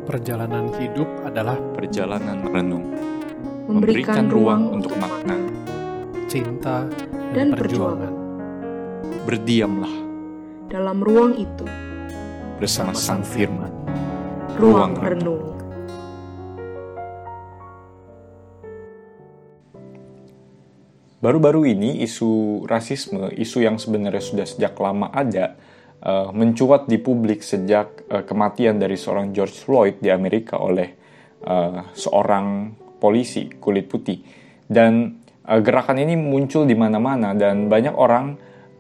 Perjalanan hidup adalah perjalanan renung, memberikan ruang untuk makna. cinta dan perjuangan. Berdiamlah dalam ruang itu, bersama Sang Firman. ruang renung. Baru-baru ini isu rasisme, isu yang sebenarnya sudah sejak lama ada, mencuat di publik sejak kematian dari seorang George Floyd di Amerika oleh seorang polisi kulit putih. Dan gerakan ini muncul di mana-mana dan banyak orang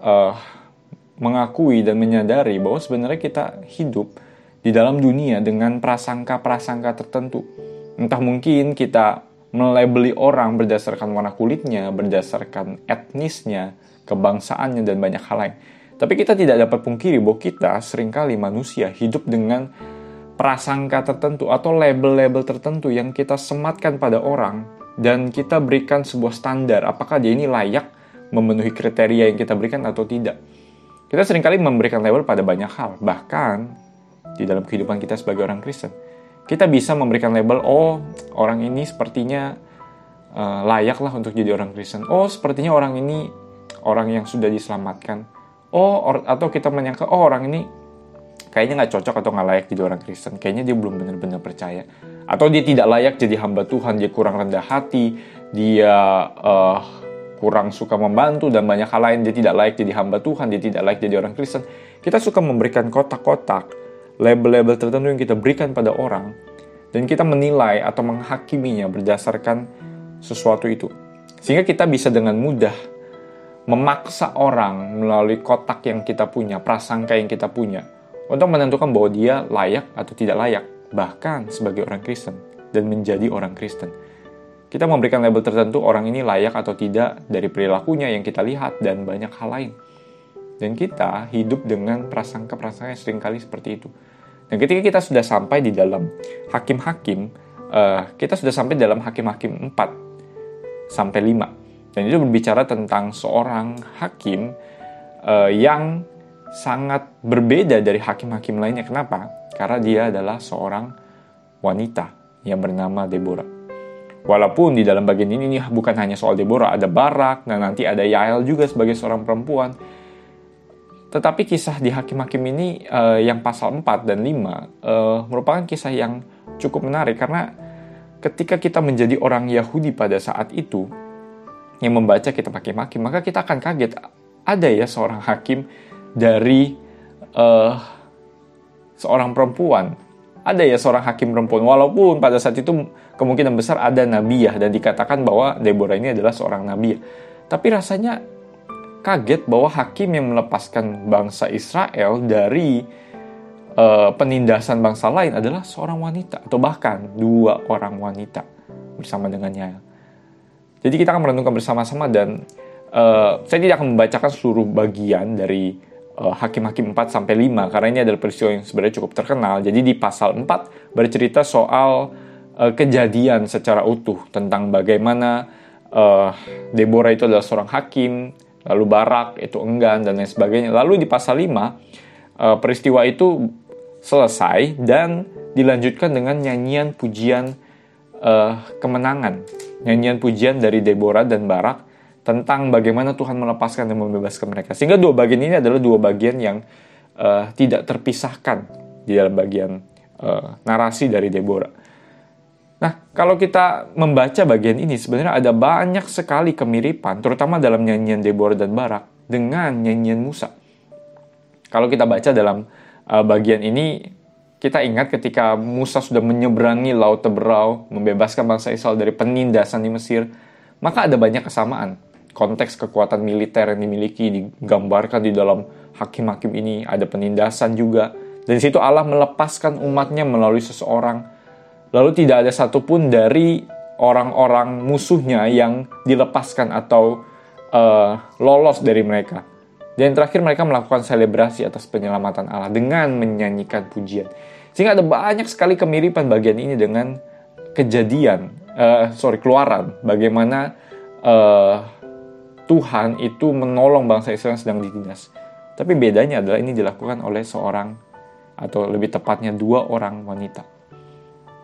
mengakui dan menyadari bahwa sebenarnya kita hidup di dalam dunia dengan prasangka-prasangka tertentu. Entah mungkin kita melabeli orang berdasarkan warna kulitnya, berdasarkan etnisnya, kebangsaannya, dan banyak hal lain. Tapi kita tidak dapat pungkiri bahwa kita seringkali manusia hidup dengan prasangka tertentu atau label-label tertentu yang kita sematkan pada orang dan kita berikan sebuah standar apakah dia ini layak memenuhi kriteria yang kita berikan atau tidak. Kita seringkali memberikan label pada banyak hal, bahkan di dalam kehidupan kita sebagai orang Kristen. Kita bisa memberikan label, oh orang ini sepertinya layak lah untuk jadi orang Kristen. Oh sepertinya orang ini orang yang sudah diselamatkan. Atau kita menyangka, oh orang ini kayaknya gak cocok atau gak layak jadi orang Kristen. Kayaknya dia belum benar-benar percaya. Atau dia tidak layak jadi hamba Tuhan, dia kurang rendah hati, dia kurang suka membantu dan banyak hal lain. Dia tidak layak jadi hamba Tuhan, dia tidak layak jadi orang Kristen. Kita suka memberikan kotak-kotak, label-label tertentu yang kita berikan pada orang, dan kita menilai atau menghakiminya berdasarkan sesuatu itu. Sehingga kita bisa dengan mudah memaksa orang melalui kotak yang kita punya, prasangka yang kita punya, untuk menentukan bahwa dia layak atau tidak layak, bahkan sebagai orang Kristen, dan menjadi orang Kristen. Kita memberikan label tertentu, orang ini layak atau tidak dari perilakunya yang kita lihat, dan banyak hal lain. Dan kita hidup dengan prasangka-prasangka yang seringkali seperti itu. Dan ketika kita sudah sampai di dalam Hakim-Hakim, kita sudah sampai dalam Hakim-Hakim 4-5. Dan itu berbicara tentang seorang hakim yang sangat berbeda dari hakim-hakim lainnya. Kenapa? Karena dia adalah seorang wanita yang bernama Deborah. Walaupun di dalam bagian ini bukan hanya soal Deborah, ada Barak, dan nanti ada Yael juga sebagai seorang perempuan. Tetapi kisah di Hakim-Hakim ini yang pasal 4 dan 5 merupakan kisah yang cukup menarik. Karena ketika kita menjadi orang Yahudi pada saat itu, yang membaca kitab Hakim-Hakim, maka kita akan kaget. Ada ya seorang hakim dari seorang perempuan. Ada ya seorang hakim perempuan. Walaupun pada saat itu kemungkinan besar ada nabiah dan dikatakan bahwa Deborah ini adalah seorang nabiah. Tapi rasanya kaget bahwa hakim yang melepaskan bangsa Israel dari penindasan bangsa lain adalah seorang wanita, atau bahkan 2 orang wanita bersama dengannya. Jadi kita akan merenungkan bersama-sama, dan saya tidak akan membacakan seluruh bagian dari Hakim-Hakim 4-5 karena ini adalah peristiwa yang sebenarnya cukup terkenal. Jadi di pasal 4 bercerita soal kejadian secara utuh tentang bagaimana Deborah itu adalah seorang hakim, lalu Barak itu enggan, dan lain sebagainya. Lalu di pasal 5 peristiwa itu selesai dan dilanjutkan dengan nyanyian pujian kemenangan, nyanyian pujian dari Deborah dan Barak tentang bagaimana Tuhan melepaskan dan membebaskan mereka. Sehingga 2 bagian ini adalah 2 bagian yang tidak terpisahkan di dalam bagian narasi dari Deborah. Nah, kalau kita membaca bagian ini, sebenarnya ada banyak sekali kemiripan, terutama dalam nyanyian Deborah dan Barak dengan nyanyian Musa. Kalau kita baca dalam bagian ini, kita ingat ketika Musa sudah menyeberangi Laut Teberau, membebaskan bangsa Israel dari penindasan di Mesir, maka ada banyak kesamaan. Konteks kekuatan militer yang dimiliki digambarkan di dalam Hakim-Hakim ini, ada penindasan juga. Dan di situ Allah melepaskan umatnya melalui seseorang. Lalu tidak ada satupun dari orang-orang musuhnya yang dilepaskan atau lolos dari mereka. Dan terakhir mereka melakukan selebrasi atas penyelamatan Allah dengan menyanyikan pujian. Sehingga ada banyak sekali kemiripan bagian ini dengan Keluaran. Bagaimana Tuhan itu menolong bangsa Israel yang sedang ditindas. Tapi bedanya adalah ini dilakukan oleh seorang, atau lebih tepatnya 2 orang wanita.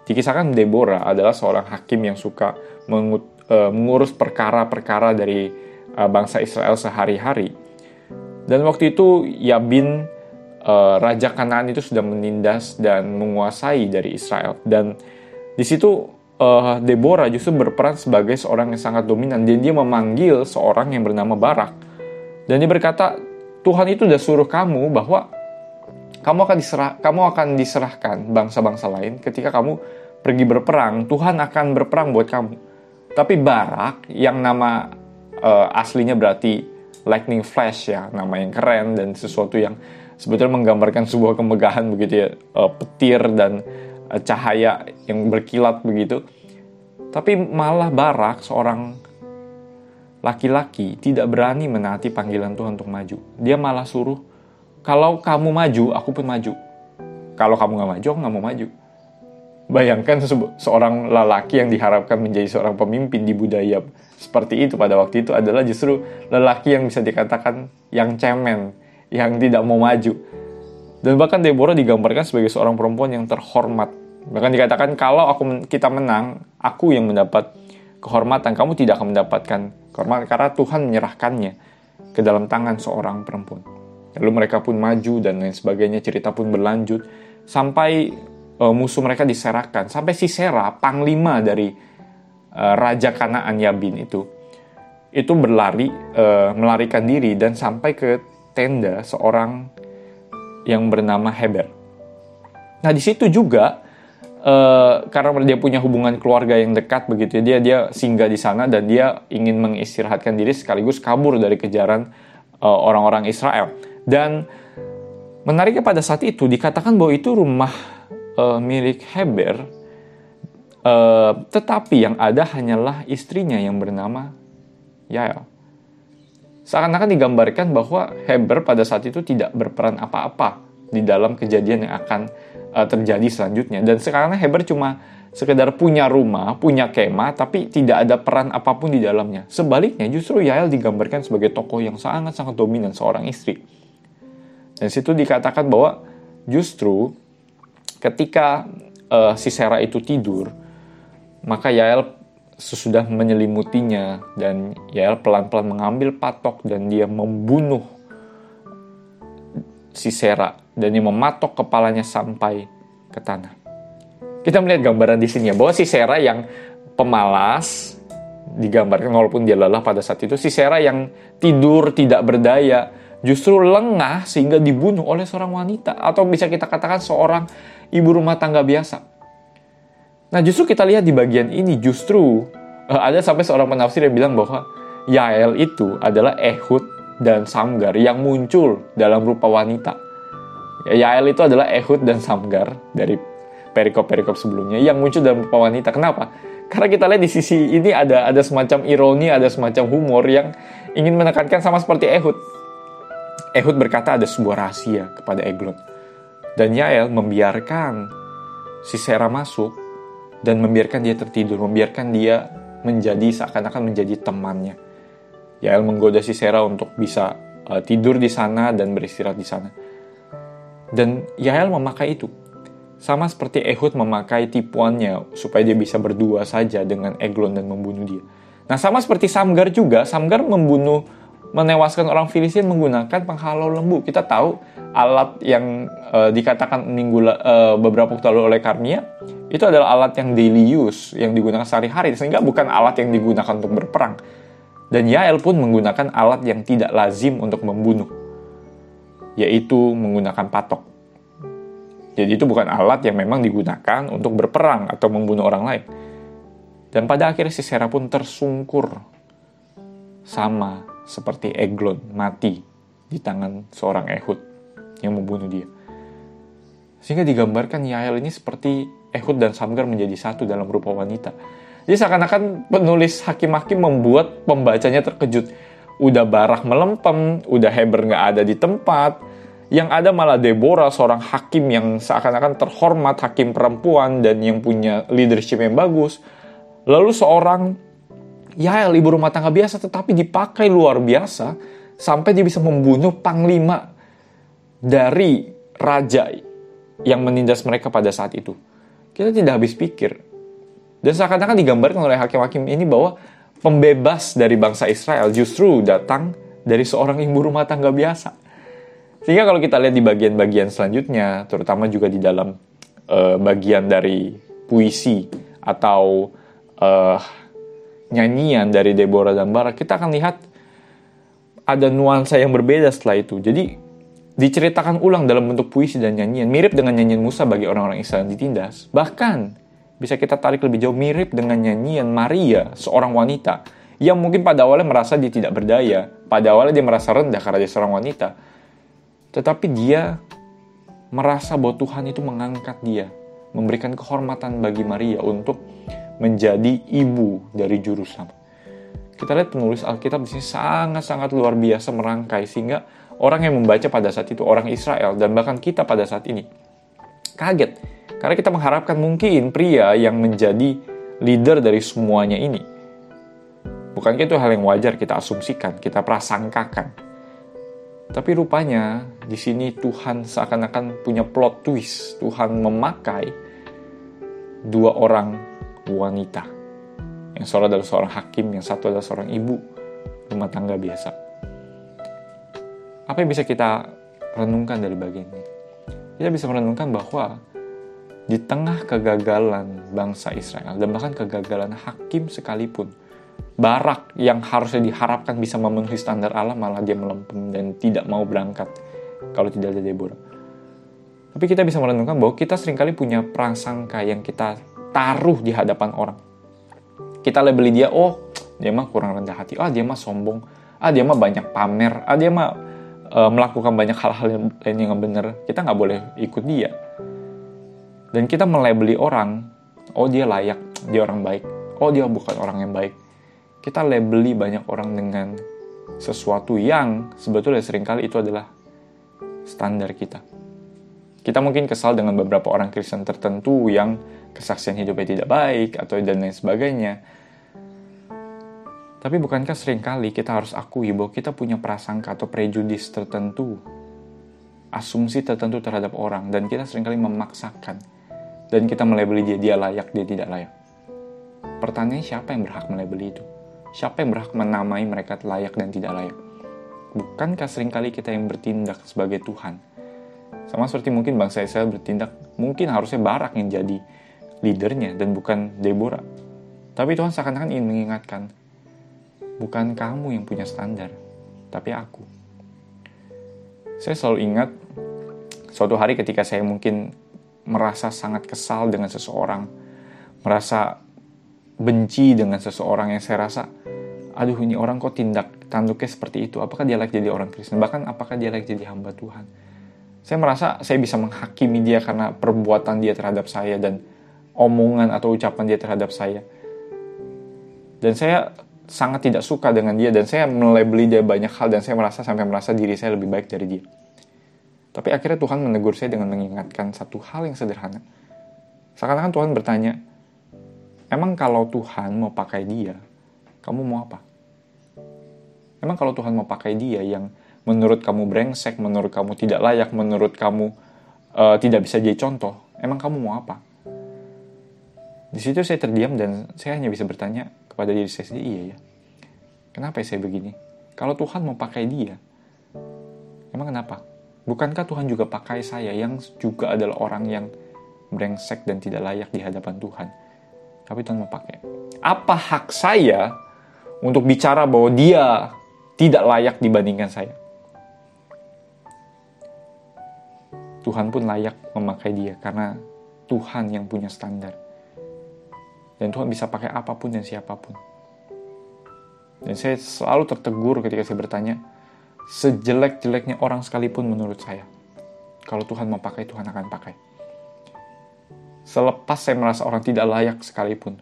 Dikisahkan Deborah adalah seorang hakim yang suka mengurus perkara-perkara dari bangsa Israel sehari-hari. Dan waktu itu Yabin, Raja Kanaan itu sudah menindas dan menguasai dari Israel. Dan di situ Deborah justru berperan sebagai seorang yang sangat dominan. Dan dia memanggil seorang yang bernama Barak. Dan dia berkata, Tuhan itu sudah suruh kamu bahwa kamu akan diserahkan bangsa-bangsa lain ketika kamu pergi berperang. Tuhan akan berperang buat kamu. Tapi Barak, yang nama aslinya berarti lightning flash ya, nama yang keren dan sesuatu yang sebetulnya menggambarkan sebuah kemegahan begitu ya, petir dan cahaya yang berkilat begitu. Tapi malah Barak, seorang laki-laki, tidak berani menaati panggilan Tuhan untuk maju. Dia malah suruh, kalau kamu maju, aku pun maju. Kalau kamu gak maju, aku gak mau maju. Bayangkan seorang lelaki yang diharapkan menjadi seorang pemimpin di budaya seperti itu pada waktu itu adalah justru lelaki yang bisa dikatakan yang cemen, yang tidak mau maju. Dan bahkan Deborah digambarkan sebagai seorang perempuan yang terhormat. Bahkan dikatakan kalau kita menang, aku yang mendapat kehormatan, kamu tidak akan mendapatkan kehormatan karena Tuhan menyerahkannya ke dalam tangan seorang perempuan. Lalu mereka pun maju dan lain sebagainya, cerita pun berlanjut sampai musuh mereka diserahkan. Sampai Sisera, panglima dari Raja Kanaan Yabin itu melarikan diri dan sampai ke tenda seorang yang bernama Heber. Nah di situ juga karena dia punya hubungan keluarga yang dekat begitu, dia singgah di sana dan dia ingin mengistirahatkan diri sekaligus kabur dari kejaran orang-orang Israel. Dan menariknya pada saat itu dikatakan bahwa itu rumah milik Heber, tetapi yang ada hanyalah istrinya yang bernama Yael. Seakan-akan digambarkan bahwa Heber pada saat itu tidak berperan apa-apa di dalam kejadian yang akan terjadi selanjutnya. Dan sekarang Heber cuma sekedar punya rumah, punya kemah, tapi tidak ada peran apapun di dalamnya. Sebaliknya justru Yael digambarkan sebagai tokoh yang sangat-sangat dominan, seorang istri. Dan situ dikatakan bahwa justru ketika Sisera itu tidur, maka Yael sesudah menyelimutinya dan Yael pelan-pelan mengambil patok dan dia membunuh Sisera dan dia mematok kepalanya sampai ke tanah. Kita melihat gambaran di sini ya, bahwa Sisera yang pemalas digambarkan walaupun dia lelah pada saat itu, Sisera yang tidur tidak berdaya justru lengah sehingga dibunuh oleh seorang wanita, atau bisa kita katakan seorang ibu rumah tangga biasa. Nah justru kita lihat di bagian ini justru ada sampai seorang penafsir yang bilang bahwa Yael itu adalah Ehud dan Samgar yang muncul dalam rupa wanita. Yael itu adalah Ehud dan Samgar dari perikop-perikop sebelumnya yang muncul dalam rupa wanita. Kenapa? Karena kita lihat di sisi ini ada semacam ironi, ada semacam humor yang ingin menekankan sama seperti Ehud. Ehud berkata ada sebuah rahasia kepada Eglon. Dan Yael membiarkan Sisera masuk dan membiarkan dia tertidur, membiarkan dia seakan-akan menjadi temannya. Yael menggoda Sisera untuk bisa tidur di sana dan beristirahat di sana. Dan Yael memakai itu. Sama seperti Ehud memakai tipuannya supaya dia bisa berdua saja dengan Eglon dan membunuh dia. Nah sama seperti Samgar juga, Samgar menewaskan orang Filistin menggunakan penghalau lembu. Kita tahu alat yang dikatakan beberapa waktu lalu oleh Karmia, itu adalah alat yang daily use, yang digunakan sehari-hari, sehingga bukan alat yang digunakan untuk berperang. Dan Yael pun menggunakan alat yang tidak lazim untuk membunuh, yaitu menggunakan patok. Jadi itu bukan alat yang memang digunakan untuk berperang atau membunuh orang lain. Dan pada akhirnya Sisera pun tersungkur, sama seperti Eglon mati di tangan seorang Ehud yang membunuh dia. Sehingga digambarkan Yael ini seperti Ehud dan Samgar menjadi satu dalam rupa wanita. Jadi seakan-akan penulis hakim-hakim membuat pembacanya terkejut. Udah Barak melempem, udah Heber gak ada di tempat, yang ada malah Deborah, seorang hakim yang seakan-akan terhormat, hakim perempuan dan yang punya leadership yang bagus. Lalu seorang Yael, ibu rumah tangga biasa, tetapi dipakai luar biasa sampai dia bisa membunuh panglima dari raja yang menindas mereka pada saat itu. kita tidak habis pikir. Dan seakan-akan digambarkan oleh hakim-hakim ini bahwa pembebas dari bangsa Israel justru datang dari seorang ibu rumah tangga biasa. Sehingga kalau kita lihat di bagian-bagian selanjutnya, terutama juga di dalam bagian dari puisi atau nyanyian dari Deborah dan Barak, kita akan lihat ada nuansa yang berbeda setelah itu. Jadi diceritakan ulang dalam bentuk puisi dan nyanyian, mirip dengan nyanyian Musa bagi orang-orang Israel yang ditindas. Bahkan bisa kita tarik lebih jauh, mirip dengan nyanyian Maria, seorang wanita yang mungkin pada awalnya merasa dia tidak berdaya, pada awalnya dia merasa rendah karena dia seorang wanita. Tetapi dia merasa bahwa Tuhan itu mengangkat dia, memberikan kehormatan bagi Maria untuk menjadi ibu dari juru selamat. Kita lihat penulis Alkitab di sini sangat-sangat luar biasa merangkai, sehingga orang yang membaca pada saat itu, orang Israel, dan bahkan kita pada saat ini, kaget. Karena kita mengharapkan mungkin pria yang menjadi leader dari semuanya ini. Bukankah itu hal yang wajar kita asumsikan, kita prasangkakan. Tapi rupanya di sini Tuhan seakan-akan punya plot twist. Tuhan memakai dua orang wanita. Yang seorang adalah seorang hakim, yang satu adalah seorang ibu rumah tangga biasa. Apa yang bisa kita renungkan dari bagian ini? Kita bisa merenungkan bahwa di tengah kegagalan bangsa Israel dan bahkan kegagalan hakim sekalipun, Barak yang harusnya diharapkan bisa memenuhi standar Allah, malah dia melempem dan tidak mau berangkat kalau tidak ada Deborah. Tapi kita bisa merenungkan bahwa kita seringkali punya prasangka yang kita taruh di hadapan orang. Kita labeli dia, oh dia mah kurang rendah hati, dia mah sombong, dia mah banyak pamer, dia mah melakukan banyak hal-hal lain yang benar. Kita nggak boleh ikut dia. Dan kita melabeli orang, oh dia layak, dia orang baik, oh dia bukan orang yang baik. Kita labeli banyak orang dengan sesuatu yang sebetulnya seringkali itu adalah standar kita. Kita mungkin kesal dengan beberapa orang Kristen tertentu yang kesaksian hidupnya tidak baik atau dan lain sebagainya. Tapi bukankah seringkali kita harus akui bahwa kita punya prasangka atau prejudis tertentu, asumsi tertentu terhadap orang, dan kita seringkali memaksakan. Dan kita melabeli dia layak, dia tidak layak. Pertanyaannya, siapa yang berhak melabeli itu? Siapa yang berhak menamai mereka layak dan tidak layak? Bukankah seringkali kita yang bertindak sebagai Tuhan? Sama seperti mungkin bangsa Israel bertindak, mungkin harusnya Barak yang jadi leadernya dan bukan Deborah. Tapi Tuhan seakan-akan ingin mengingatkan, bukan kamu yang punya standar, tapi aku. Saya selalu ingat suatu hari ketika saya mungkin merasa sangat kesal dengan seseorang, merasa benci dengan seseorang yang saya rasa, aduh ini orang kok tanduknya seperti itu, apakah dia layak jadi orang Kristen, bahkan apakah dia layak jadi hamba Tuhan. Saya merasa saya bisa menghakimi dia karena perbuatan dia terhadap saya dan omongan atau ucapan dia terhadap saya. Dan saya sangat tidak suka dengan dia, dan saya melabeli dia banyak hal, dan saya sampai merasa diri saya lebih baik dari dia. Tapi akhirnya Tuhan menegur saya dengan mengingatkan satu hal yang sederhana. Seakan-akan Tuhan bertanya, emang kalau Tuhan mau pakai dia, kamu mau apa? Emang kalau Tuhan mau pakai dia yang menurut kamu brengsek, menurut kamu tidak layak, menurut kamu tidak bisa jadi contoh, emang kamu mau apa? Di situ saya terdiam dan saya hanya bisa bertanya kepada diri saya sendiri, iya ya. Kenapa saya begini? Kalau Tuhan mau pakai dia, emang kenapa? Bukankah Tuhan juga pakai saya yang juga adalah orang yang brengsek dan tidak layak di hadapan Tuhan? Tapi Tuhan mau pakai. Apa hak saya untuk bicara bahwa dia tidak layak dibandingkan saya? Tuhan pun layak memakai dia karena Tuhan yang punya standar. Dan Tuhan bisa pakai apapun dan siapapun. Dan saya selalu tertegur ketika saya bertanya, sejelek-jeleknya orang sekalipun menurut saya, kalau Tuhan mau pakai, Tuhan akan pakai. Selepas saya merasa orang tidak layak sekalipun,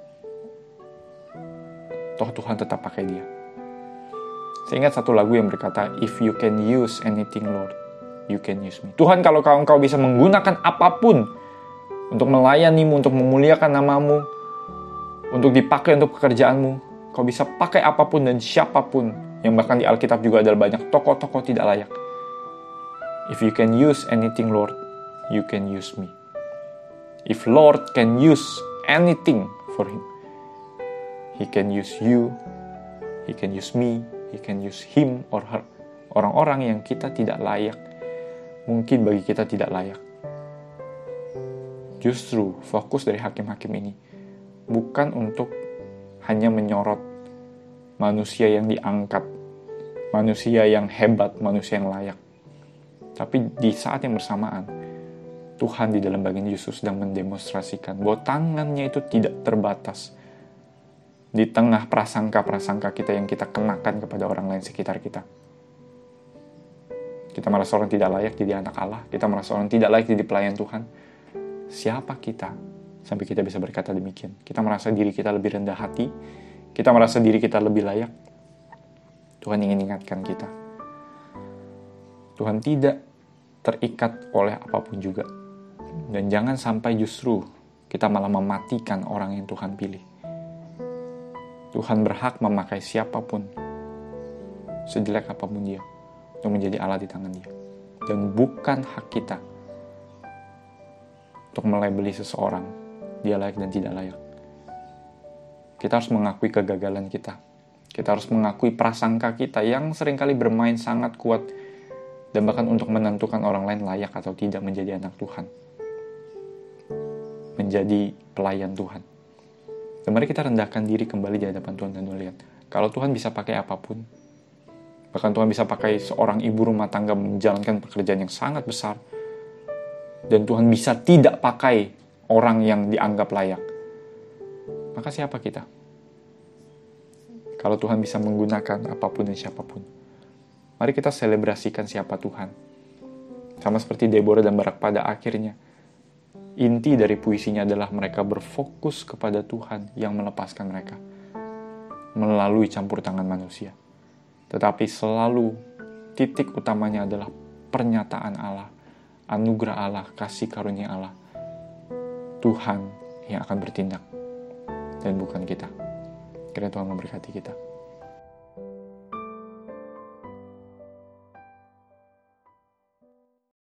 toh Tuhan tetap pakai dia. Saya ingat satu lagu yang berkata, if you can use anything, Lord, you can use me. Tuhan, kalau engkau bisa menggunakan apapun untuk melayanimu, untuk memuliakan namamu, untuk dipakai untuk pekerjaanmu, kau bisa pakai apapun dan siapapun, yang bahkan di Alkitab juga ada banyak tokoh-tokoh tidak layak. If you can use anything, Lord, you can use me. If Lord can use anything for him, he can use you, he can use me, he can use him or her. Orang-orang yang kita tidak layak, mungkin bagi kita tidak layak. Justru fokus dari hakim-hakim ini bukan untuk hanya menyorot manusia yang diangkat, manusia yang hebat, manusia yang layak. Tapi di saat yang bersamaan, Tuhan di dalam bagian Yesus sedang mendemonstrasikan bahwa tangannya itu tidak terbatas di tengah prasangka-prasangka kita yang kita kenakan kepada orang lain sekitar kita. Kita merasa orang tidak layak jadi anak Allah, kita merasa orang tidak layak jadi pelayan Tuhan. Siapa kita sampai kita bisa berkata demikian? Kita merasa diri kita lebih rendah hati, kita merasa diri kita lebih layak. Tuhan ingin ingatkan kita, Tuhan tidak terikat oleh apapun juga. Dan jangan sampai justru kita malah mematikan orang yang Tuhan pilih. Tuhan berhak memakai siapapun, sejelek apapun dia, untuk menjadi Allah di tangan dia. Dan bukan hak kita untuk melabeli seseorang, dia layak dan tidak layak. Kita harus mengakui kegagalan kita. Kita harus mengakui prasangka kita yang seringkali bermain sangat kuat, dan bahkan untuk menentukan orang lain layak atau tidak menjadi anak Tuhan, menjadi pelayan Tuhan. Dan mari kita rendahkan diri kembali di hadapan Tuhan dan lihat, kalau Tuhan bisa pakai apapun, bahkan Tuhan bisa pakai seorang ibu rumah tangga menjalankan pekerjaan yang sangat besar, dan Tuhan bisa tidak pakai orang yang dianggap layak, maka siapa kita? Kalau Tuhan bisa menggunakan apapun dan siapapun, mari kita selebrasikan siapa Tuhan. Sama seperti Deborah dan Barak pada akhirnya, inti dari puisinya adalah mereka berfokus kepada Tuhan yang melepaskan mereka melalui campur tangan manusia. Tetapi selalu titik utamanya adalah pernyataan Allah, anugerah Allah, kasih karunia Allah. Tuhan yang akan bertindak dan bukan kita. Kiranya Tuhan memberkati kita.